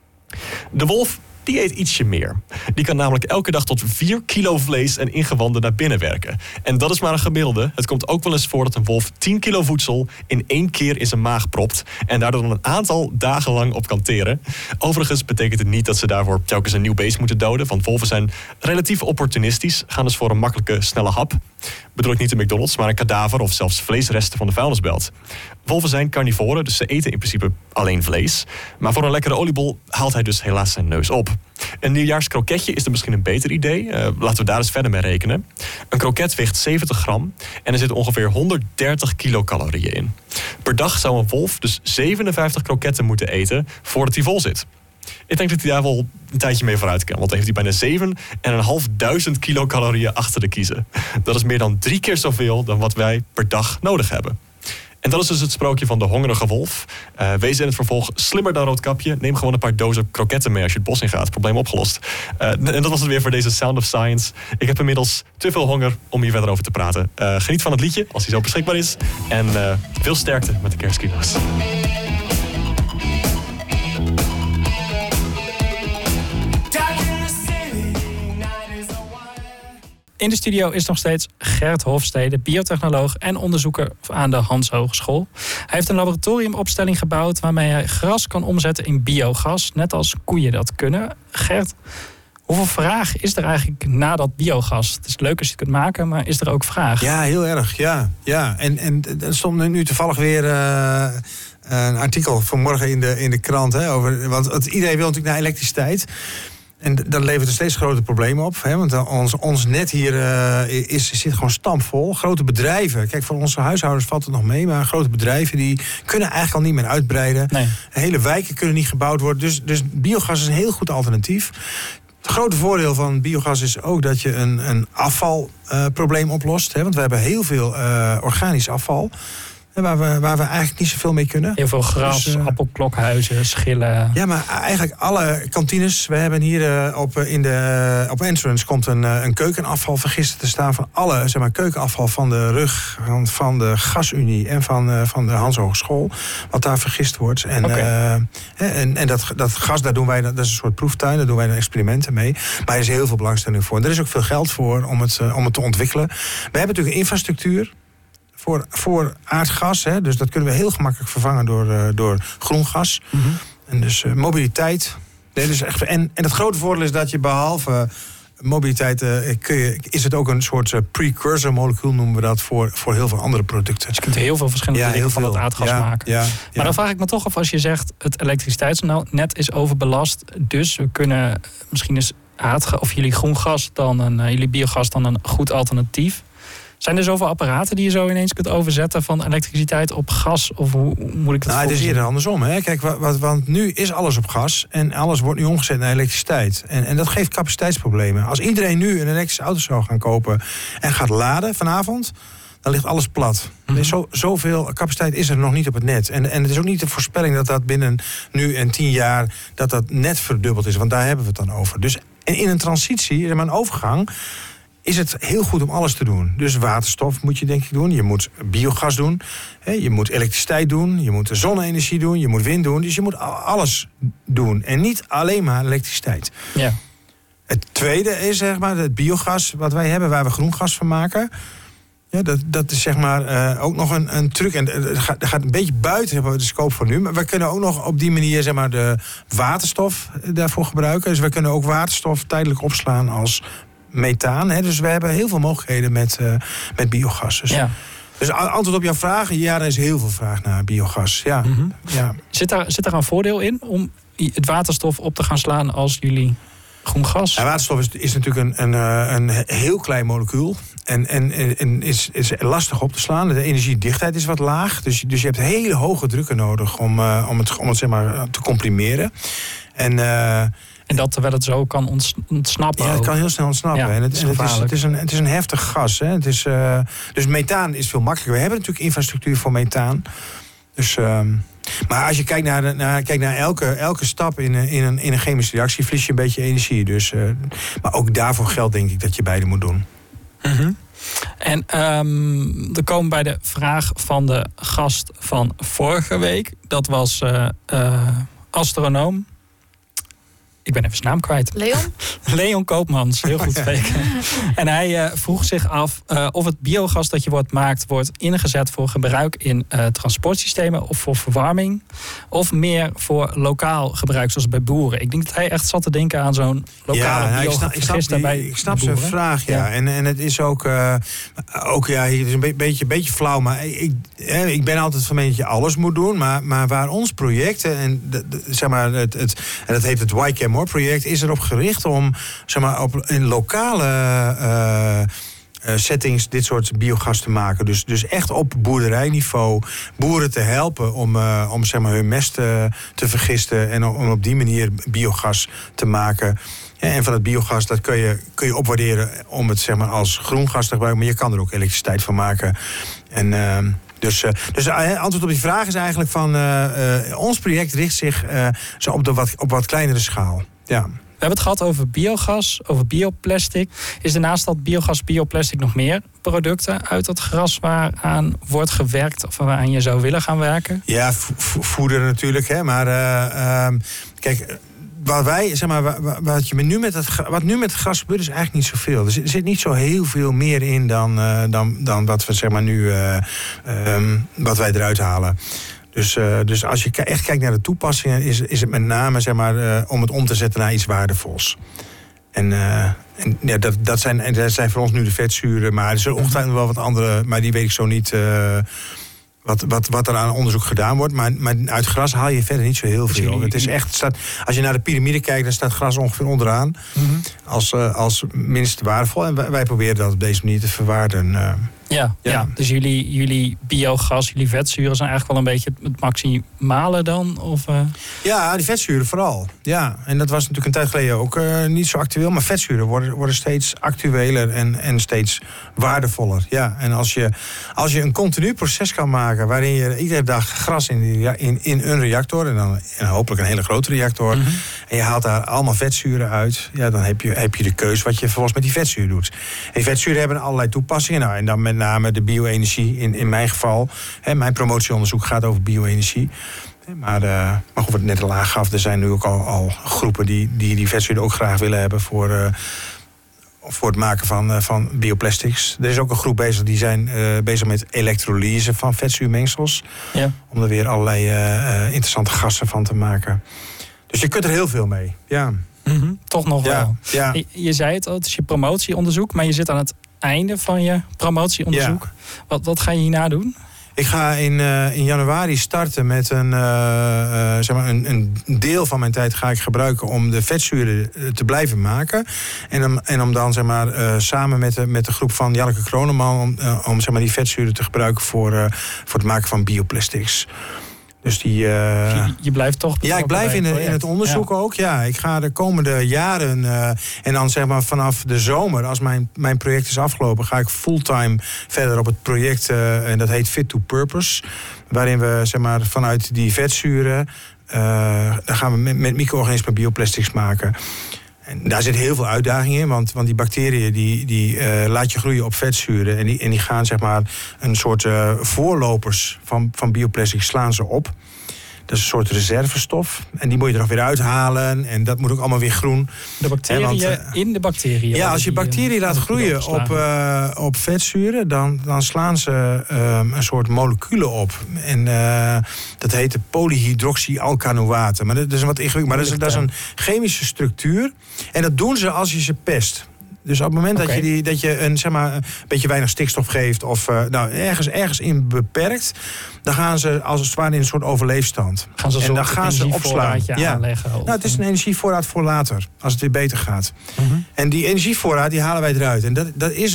De wolf, die eet ietsje meer. Die kan namelijk elke dag tot 4 kilo vlees en ingewanden naar binnen werken. En dat is maar een gemiddelde. Het komt ook wel eens voor dat een wolf 10 kilo voedsel in 1 keer in zijn maag propt en daardoor dan een aantal dagen lang op kan teren. Overigens betekent het niet dat ze daarvoor telkens een nieuw beest moeten doden, want wolven zijn relatief opportunistisch, gaan dus voor een makkelijke, snelle hap. Bedoel ik niet de McDonald's, maar een kadaver of zelfs vleesresten van de vuilnisbelt. Wolven zijn carnivoren, dus ze eten in principe alleen vlees. Maar voor een lekkere oliebol haalt hij dus helaas zijn neus op. Een nieuwjaarskroketje is er misschien een beter idee. Laten we daar eens verder mee rekenen. Een kroket weegt 70 gram en er zitten ongeveer 130 kilocalorieën in. Per dag zou een wolf dus 57 kroketten moeten eten voordat hij vol zit. Ik denk dat hij daar wel een tijdje mee vooruit kan. Want dan heeft hij bijna 7.500 kilocalorieën achter de kiezen. Dat is meer dan 3 keer zoveel dan wat wij per dag nodig hebben. En dat is dus het sprookje van de hongerige wolf. Wees in het vervolg slimmer dan Roodkapje. Neem gewoon een paar dozen kroketten mee als je het bos in gaat. Probleem opgelost. En dat was het weer voor deze Sound of Science. Ik heb inmiddels te veel honger om hier verder over te praten. Geniet van het liedje, als hij zo beschikbaar is. En veel sterkte met de kerstkino's. In de studio is nog steeds Gert Hofstede, biotechnoloog en onderzoeker aan de Hans Hogeschool. Hij heeft een laboratoriumopstelling gebouwd waarmee hij gras kan omzetten in biogas, net als koeien dat kunnen. Gert, hoeveel vraag is er eigenlijk na dat biogas? Het is leuk als je het kunt maken, maar is er ook vraag? Ja, heel erg. Ja. En er stond nu toevallig weer een artikel vanmorgen in de krant. Hè, want iedereen wil natuurlijk naar elektriciteit. En dat levert een steeds grotere problemen op. Hè? Want ons net hier zit gewoon stampvol. Grote bedrijven, kijk, voor onze huishoudens valt het nog mee, maar grote bedrijven die kunnen eigenlijk al niet meer uitbreiden. Nee. Hele wijken kunnen niet gebouwd worden. Dus biogas is een heel goed alternatief. Het grote voordeel van biogas is ook dat je een afvalprobleem oplost. Hè? Want we hebben heel veel organisch afval. Waar we eigenlijk niet zoveel mee kunnen. Heel veel gras, dus, appelklokhuizen, schillen. Ja, maar eigenlijk alle kantines. We hebben hier op Entrance komt een keukenafvalvergister te staan van alle keukenafval van de RUG, van de Gasunie en van de Hans Hogeschool. Wat daar vergist wordt. En dat gas, dat is een soort proeftuin, daar doen wij experimenten mee. Maar er is heel veel belangstelling voor. En er is ook veel geld voor om het te ontwikkelen. We hebben natuurlijk een infrastructuur voor aardgas. Hè? Dus dat kunnen we heel gemakkelijk vervangen door groen gas. Mm-hmm. En dus mobiliteit. Nee, dus echt, en het grote voordeel is dat je behalve mobiliteit is het ook een soort precursor molecuul, noemen we dat, voor heel veel andere producten. Dus je kunt heel veel verschillende dingen van het aardgas maken. Ja. Maar dan vraag ik me toch af, als je zegt het elektriciteitsnet is overbelast, dus we kunnen misschien eens of jullie groen gas jullie biogas dan een goed alternatief. Zijn er zoveel apparaten die je zo ineens kunt overzetten van elektriciteit op gas? Of hoe moet ik dat het is eerder andersom. Hè? Kijk, want nu is alles op gas en alles wordt nu omgezet naar elektriciteit. En dat geeft capaciteitsproblemen. Als iedereen nu een elektrische auto zou gaan kopen en gaat laden vanavond, dan ligt alles plat. Mm-hmm. Zoveel capaciteit is er nog niet op het net. En het is ook niet de voorspelling dat binnen nu en 10 jaar dat net verdubbeld is. Want daar hebben we het dan over. Dus in een transitie, een overgang, is het heel goed om alles te doen. Dus waterstof moet je denk ik doen. Je moet biogas doen. Je moet elektriciteit doen. Je moet zonne-energie doen. Je moet wind doen. Dus je moet alles doen. En niet alleen maar elektriciteit. Ja. Het tweede is het biogas wat wij hebben, waar we groen gas van maken. Ja, dat is zeg maar ook nog een truc. En het gaat een beetje buiten de scope van nu. Maar we kunnen ook nog op die manier zeg maar, de waterstof daarvoor gebruiken. Dus we kunnen ook waterstof tijdelijk opslaan als methaan. Hè. Dus we hebben heel veel mogelijkheden met biogas. Dus, dus antwoord op jouw vraag, ja, er is heel veel vraag naar biogas. Ja. Mm-hmm. Ja. Zit daar een voordeel in om het waterstof op te gaan slaan als jullie groen gas? Ja, waterstof is natuurlijk een heel klein molecuul. En is lastig op te slaan. De energiedichtheid is wat laag. Dus je hebt hele hoge drukken nodig om het zeg maar, te comprimeren. En dat terwijl het zo kan ontsnappen. Ja, het kan heel snel ontsnappen. Ja, en het is een heftig gas. Hè. Dus methaan is veel makkelijker. We hebben natuurlijk infrastructuur voor methaan. Dus, maar als je kijkt naar elke stap in een chemische reactie, verlies je een beetje energie. Dus, maar ook daarvoor geldt denk ik dat je beide moet doen. Mm-hmm. En we komen bij de vraag van de gast van vorige week. Dat was astronoom. Ik ben even zijn naam kwijt. Leon Koopmans, heel goed spreken. En hij vroeg zich af of het biogas dat je maakt wordt ingezet voor gebruik in transportsystemen of voor verwarming. Of meer voor lokaal gebruik, zoals bij boeren. Ik denk dat hij echt zat te denken aan zo'n lokale biogas. Ik snap zijn vraag, ja. En het is ook ja, het is een beetje flauw, maar ik ben altijd van dat je alles moet doen. Maar waar ons project, en zeg maar, dat heet het Why Care More project, is erop gericht om zeg maar, in lokale settings dit soort biogas te maken. Dus echt op boerderijniveau boeren te helpen om zeg maar, hun mest te vergisten en om op die manier biogas te maken. Ja, en van het biogas dat kun je opwaarderen om het zeg maar, als groen gas te gebruiken, maar je kan er ook elektriciteit van maken. En Dus antwoord op die vraag is eigenlijk van ons project richt zich zo op wat kleinere schaal. Ja. We hebben het gehad over biogas, over bioplastic. Is er naast dat biogas, bioplastic nog meer producten uit dat gras waaraan wordt gewerkt of waaraan je zou willen gaan werken? Ja, voeder natuurlijk, hè. Maar kijk, wat nu met het gras gebeurt is eigenlijk niet zoveel. Er zit niet zo heel veel meer in dan wat we zeg maar nu wat wij eruit halen. Dus als je echt kijkt naar de toepassingen, is het met name zeg maar, om het om te zetten naar iets waardevols. En ja, dat zijn voor ons nu de vetzuren, maar er zijn ongetwijfeld wel wat andere, maar die weet ik zo niet. Wat er aan onderzoek gedaan wordt. Maar uit gras haal je verder niet zo heel veel. Het is echt, als je naar de piramide kijkt, dan staat gras ongeveer onderaan. Mm-hmm. Als minst waardevol. En wij proberen dat op deze manier te verwaarden. Ja. Dus jullie biogas, jullie vetzuren zijn eigenlijk wel een beetje het maximale dan? Of, Ja, die vetzuren vooral. Ja, en dat was natuurlijk een tijd geleden ook niet zo actueel. Maar vetzuren worden steeds actueler en steeds waardevoller. Ja, en als je een continu proces kan maken waarin je iedere dag gras in een reactor, en hopelijk een hele grote reactor, mm-hmm. en je haalt daar allemaal vetzuren uit, ja, dan heb je de keus wat je vervolgens met die vetzuren doet. En die vetzuren hebben allerlei toepassingen. Nou, en dan met name de bio-energie in mijn geval. Mijn promotieonderzoek gaat over bio-energie. Maar goed, wat net al aangaf, er zijn nu ook al groepen die vetzuren ook graag willen hebben voor het maken van bioplastics. Er is ook een groep bezig, die zijn bezig met elektrolyse van vetzuurmengsels. Ja. Om er weer allerlei interessante gassen van te maken. Dus je kunt er heel veel mee. Ja. Mm-hmm, toch nog wel. Ja. Je zei het al, het is je promotieonderzoek, maar je zit aan het einde van je promotieonderzoek. Ja. Wat ga je hierna doen? Ik ga in januari starten met een deel van mijn tijd ga ik gebruiken om de vetzuren te blijven maken. En om dan zeg maar, samen met de groep van Janneke Kroneman om zeg maar, die vetzuren te gebruiken voor het maken van bioplastics. Dus je blijft toch? Ja, ik blijf in het onderzoek ook. Ja, ik ga de komende jaren en dan zeg maar vanaf de zomer, als mijn project is afgelopen, ga ik fulltime verder op het project en dat heet Fit to Purpose, waarin we zeg maar vanuit die vetzuren dan gaan we met micro-organismen bioplastics maken. En daar zit heel veel uitdaging in, want die bacteriën die laat je groeien op vetzuren en die gaan zeg maar een soort voorlopers van bioplastics slaan ze op. Dat is een soort reservestof. En die moet je er nog weer uithalen. En dat moet ook allemaal weer groen. De bacteriën in de bacteriën. Ja, als je bacteriën laat groeien op vetzuren, dan slaan ze een soort moleculen op. En dat heet de polyhydroxyalkanoaten. Maar dat is wat ingewikkeld. Maar dat is een chemische structuur. En dat doen ze als je ze pest. Dus op het moment dat je een beetje weinig stikstof geeft of ergens in beperkt, dan gaan ze als het ware in een soort overleefstand. En dan gaan ze opslaan. Aanleggen, nou, het is een energievoorraad voor later, als het weer beter gaat. Mm-hmm. En die energievoorraad die halen wij eruit. En dat is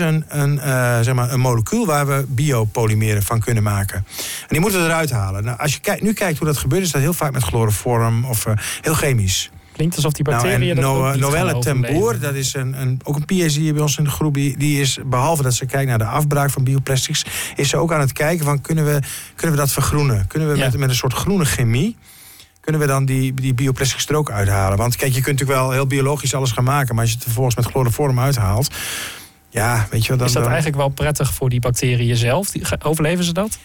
een molecuul waar we biopolymeren van kunnen maken. En die moeten we eruit halen. Nou, als je nu kijkt hoe dat gebeurt, is dat heel vaak met chloroform of heel chemisch. Klinkt alsof die bacteriën Noelle ten Boer, dat is ook een PhD bij ons in de groep. Die is, behalve dat ze kijkt naar de afbraak van bioplastics, is ze ook aan het kijken van kunnen we dat vergroenen? Kunnen we met een soort groene chemie, kunnen we dan die bioplastics er ook uithalen? Want kijk, je kunt natuurlijk wel heel biologisch alles gaan maken, maar als je het vervolgens met chloroform uithaalt, ja, weet je wat dan... Is dat eigenlijk wel prettig voor die bacteriën zelf? Overleven ze dat?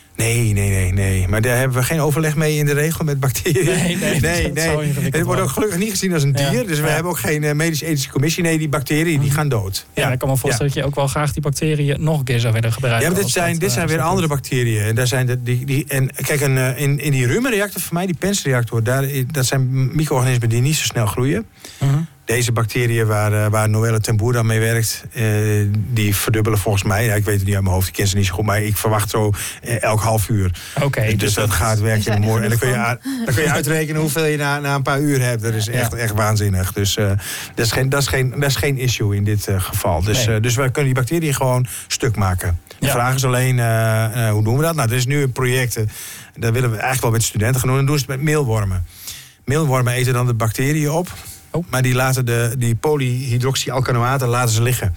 Nee. Maar daar hebben we geen overleg mee in de regel met bacteriën. Nee. Het wordt ook gelukkig niet gezien als een dier. Ja. Dus we hebben ook geen medisch-ethische commissie. Nee, die bacteriën die gaan dood. Ja, ik kan me voorstellen dat je ook wel graag die bacteriën nog een keer zou willen gebruiken. Ja, maar dit zijn weer andere bacteriën. En daar zijn kijk, in die Rumen-reactor van mij, die PENS-reactor, dat zijn micro-organismen die niet zo snel groeien. Uh-huh. Deze bacteriën waar Noelle ten Boer aan mee werkt, die verdubbelen volgens mij. Ja, ik weet het niet uit mijn hoofd, ik ken ze niet zo goed, maar ik verwacht zo elk half uur. Oké, dus dat gaat werken in de morgen. En dan kun je uitrekenen hoeveel je na een paar uur hebt. Dat is echt waanzinnig. Dus dat is geen issue in dit geval. Dus we kunnen die bacteriën gewoon stuk maken. De vraag is alleen, hoe doen we dat? Nou, er is nu een project, dat willen we eigenlijk wel met studenten gaan doen. En doen ze het met meelwormen. Meelwormen eten dan de bacteriën op. Maar die laten die polyhydroxyalkanoaten laten ze liggen.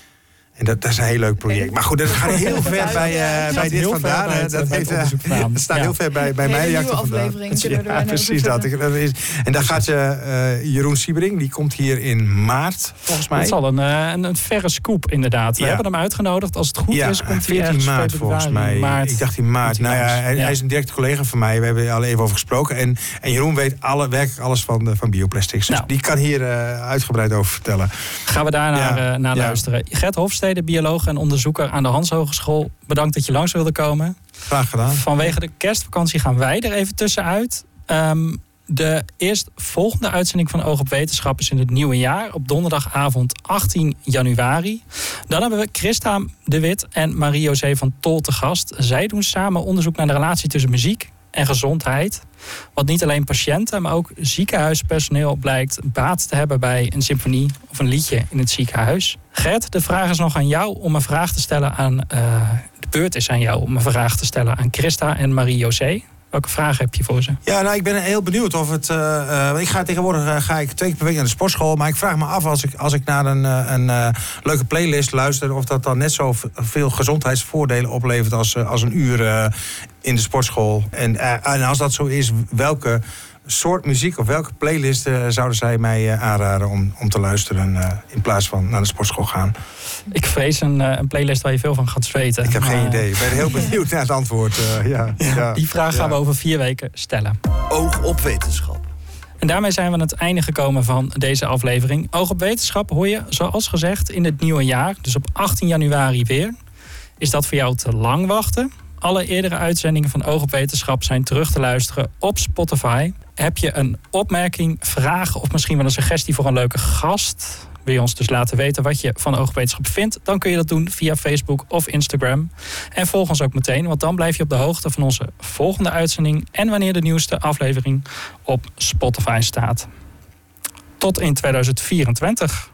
En dat is een heel leuk project. Maar goed, dat gaat heel ver bij dit vandaan. Dat staat heel ver bij mijn reactor vandaan. Ja, precies dat. En daar gaat Jeroen Siebering, die komt hier in maart, volgens mij. Het zal een verre scoop, inderdaad. We hebben hem uitgenodigd. Als het goed is, komt hij 14 maart, volgens mij. Ik dacht in maart. Nou ja, hij is een directe collega van mij. We hebben er al even over gesproken. En Jeroen weet werkelijk alles van bioplastics. Dus die kan hier uitgebreid over vertellen. Gaan we daar naar luisteren. Gert Hofstede, bioloog en onderzoeker aan de Hans Hogeschool. Bedankt dat je langs wilde komen. Graag gedaan. Vanwege de kerstvakantie gaan wij er even tussenuit. De eerstvolgende uitzending van Oog op Wetenschap is in het nieuwe jaar. Op donderdagavond 18 januari. Dan hebben we Christa de Wit en Marie-José van Tol te gast. Zij doen samen onderzoek naar de relatie tussen muziek en gezondheid. Wat niet alleen patiënten, maar ook ziekenhuispersoneel blijkt baat te hebben bij een symfonie of een liedje in het ziekenhuis. Gert, de vraag is nog aan jou om een vraag te stellen aan... de beurt is aan jou om een vraag te stellen aan Christa en Marie-José. Welke vragen heb je voor ze? Ja, nou, ik ben heel benieuwd of het... ik ga tegenwoordig 2 keer per week naar de sportschool. Maar ik vraag me af als ik naar een leuke playlist luister... of dat dan net zo veel gezondheidsvoordelen oplevert als een uur in de sportschool. En als dat zo is, welke soort muziek of welke playlist zouden zij mij aanraden om te luisteren... in plaats van naar de sportschool gaan? Ik vrees een playlist waar je veel van gaat zweten. Ik heb geen idee. Ik ben heel benieuwd naar het antwoord. Die vraag gaan we over 4 weken stellen. Oog op wetenschap. En daarmee zijn we aan het einde gekomen van deze aflevering. Oog op wetenschap hoor je, zoals gezegd, in het nieuwe jaar. Dus op 18 januari weer. Is dat voor jou te lang wachten? Alle eerdere uitzendingen van Oog op Wetenschap zijn terug te luisteren op Spotify. Heb je een opmerking, vraag of misschien wel een suggestie voor een leuke gast? Wil je ons dus laten weten wat je van Oog op Wetenschap vindt? Dan kun je dat doen via Facebook of Instagram. En volg ons ook meteen, want dan blijf je op de hoogte van onze volgende uitzending... en wanneer de nieuwste aflevering op Spotify staat. Tot in 2024.